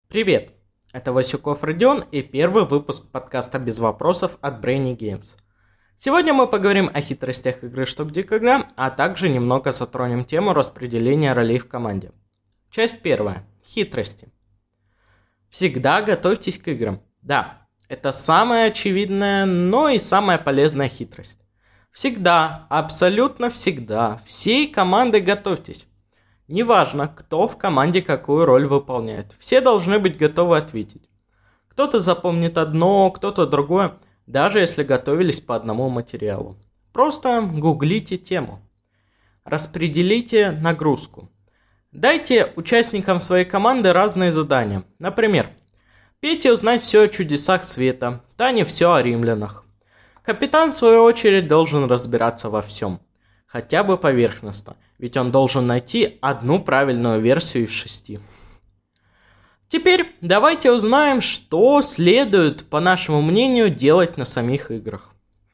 Привет! Это Васюков Родион и первый выпуск подкаста «Без вопросов» от Brainy Games. Сегодня мы поговорим о хитростях игры «Что, где, когда», а также немного затронем тему распределения ролей в команде. Часть первая. Хитрости. Всегда готовьтесь к играм. Да, это самая очевидная, но и самая полезная хитрость. Всегда, абсолютно всегда, всей командой готовьтесь. Неважно, кто в команде какую роль выполняет. Все должны быть готовы ответить. Кто-то запомнит одно, кто-то другое, даже если готовились по одному материалу. Просто гуглите тему. Распределите нагрузку. Дайте участникам своей команды разные задания. Например, Пете узнать все о чудесах света, Тане все о римлянах. Капитан, в свою очередь, должен разбираться во всем. Хотя бы поверхностно, ведь он должен найти одну правильную версию из 6. Теперь давайте узнаем, что следует, по нашему мнению, делать на самих играх.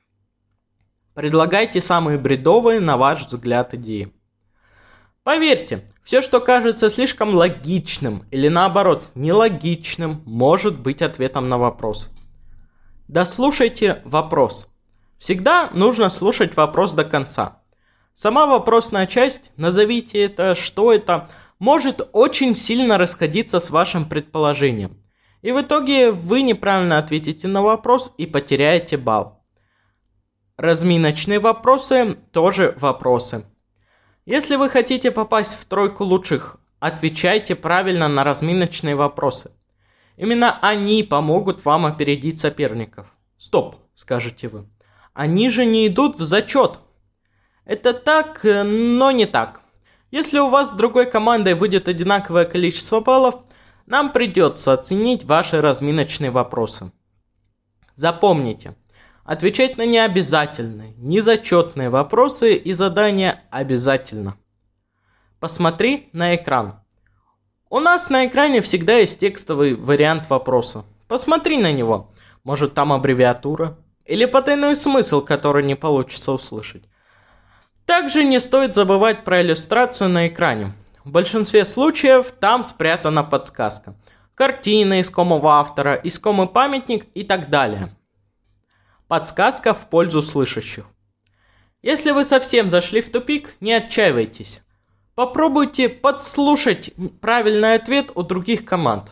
Предлагайте самые бредовые, на ваш взгляд, идеи. Поверьте, все, что кажется слишком логичным или наоборот нелогичным, может быть ответом на вопрос. Дослушайте вопрос. Всегда нужно слушать вопрос до конца. Сама вопросная часть, назовите это, что это, может очень сильно расходиться с вашим предположением. И в итоге вы неправильно ответите на вопрос и потеряете балл. Разминочные вопросы тоже вопросы. Если вы хотите попасть в тройку лучших, отвечайте правильно на разминочные вопросы. Именно они помогут вам опередить соперников. Стоп, скажете вы. Они же не идут в зачет. Это так, но не так. Если у вас с другой командой будет одинаковое количество баллов, нам придется оценить ваши разминочные вопросы. Запомните, отвечать на необязательные, незачетные вопросы и задания обязательно. Посмотри на экран. У нас на экране всегда есть текстовый вариант вопроса. Посмотри на него. Может, там аббревиатура? Или потайной смысл, который не получится услышать. Также не стоит забывать про иллюстрацию на экране. В большинстве случаев там спрятана подсказка. Картина искомого автора, искомый памятник и так далее. Подсказка в пользу слышащих. Если вы совсем зашли в тупик, не отчаивайтесь. Попробуйте подслушать правильный ответ у других команд.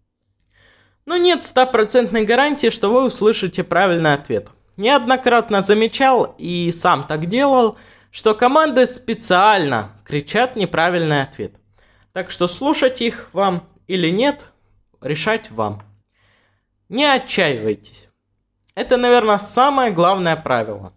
Но нет стопроцентной гарантии, что вы услышите правильный ответ. Неоднократно замечал и сам так делал, что команды специально кричат неправильный ответ. Так что слушать их вам или нет, решать вам. Не отчаивайтесь. Это, наверное, самое главное правило.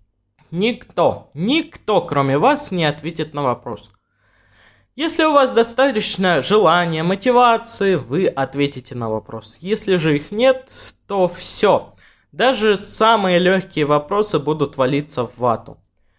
Никто, кроме вас, не ответит на вопрос. Если у вас достаточно желания, мотивации, вы ответите на вопрос. Если же их нет, то все. Даже самые легкие вопросы будут валиться в вату.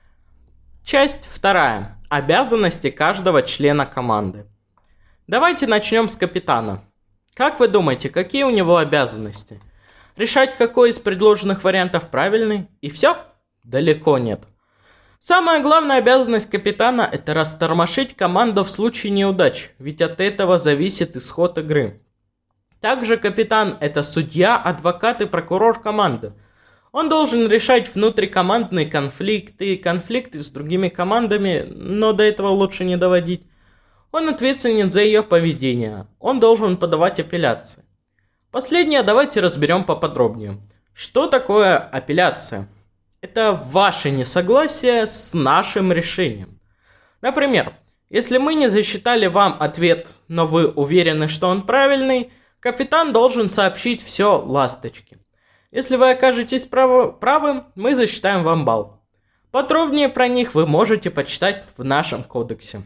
Часть вторая. Обязанности каждого члена команды. Давайте начнем с капитана. Как вы думаете, какие у него обязанности? Решать, какой из предложенных вариантов правильный? И все? Далеко нет. Самая главная обязанность капитана – это растормошить команду в случае неудач, ведь от этого зависит исход игры. Также капитан – это судья, адвокат и прокурор команды. Он должен решать внутрикомандные конфликты с другими командами, но до этого лучше не доводить. Он ответственен за ее поведение. Он должен подавать апелляции. Последнее давайте разберем поподробнее. Что такое апелляция? Это ваше несогласие с нашим решением. Например, если мы не засчитали вам ответ, но вы уверены, что он правильный, капитан должен сообщить все ласточке. Если вы окажетесь правым, мы засчитаем вам балл. Подробнее про них вы можете почитать в нашем кодексе.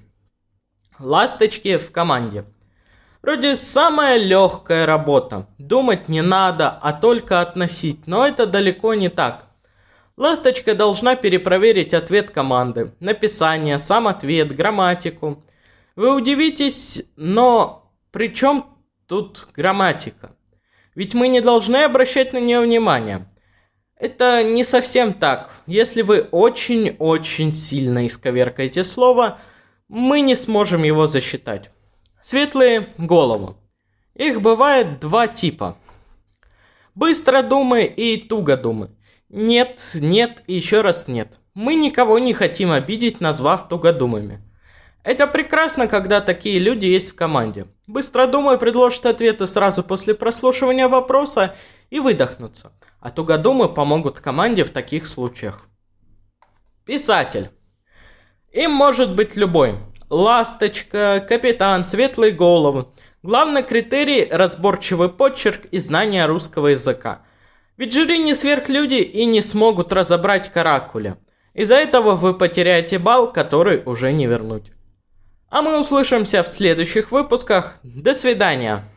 Ласточки в команде. Вроде самая легкая работа. Думать не надо, а только относить. Но это далеко не так. Ласточка должна перепроверить ответ команды, написание, сам ответ, грамматику. Вы удивитесь, но при чем тут грамматика? Ведь мы не должны обращать на нее внимание. Это не совсем так. Если вы очень-очень сильно исковеркаете слово, мы не сможем его засчитать. Светлые – голову. Их бывает два типа. Быстродумы и тугодумы. Нет, нет и еще раз нет. Мы никого не хотим обидеть, назвав тугодумами. Это прекрасно, когда такие люди есть в команде. Быстродумы предложат ответы сразу после прослушивания вопроса и выдохнутся. А тугодумы помогут команде в таких случаях. Писатель. Им может быть любой. Ласточка, капитан, светлые головы. Главный критерий – разборчивый почерк и знание русского языка. Ведь жюри не сверхлюди и не смогут разобрать каракуля. Из-за этого вы потеряете балл, который уже не вернуть. А мы услышимся в следующих выпусках. До свидания.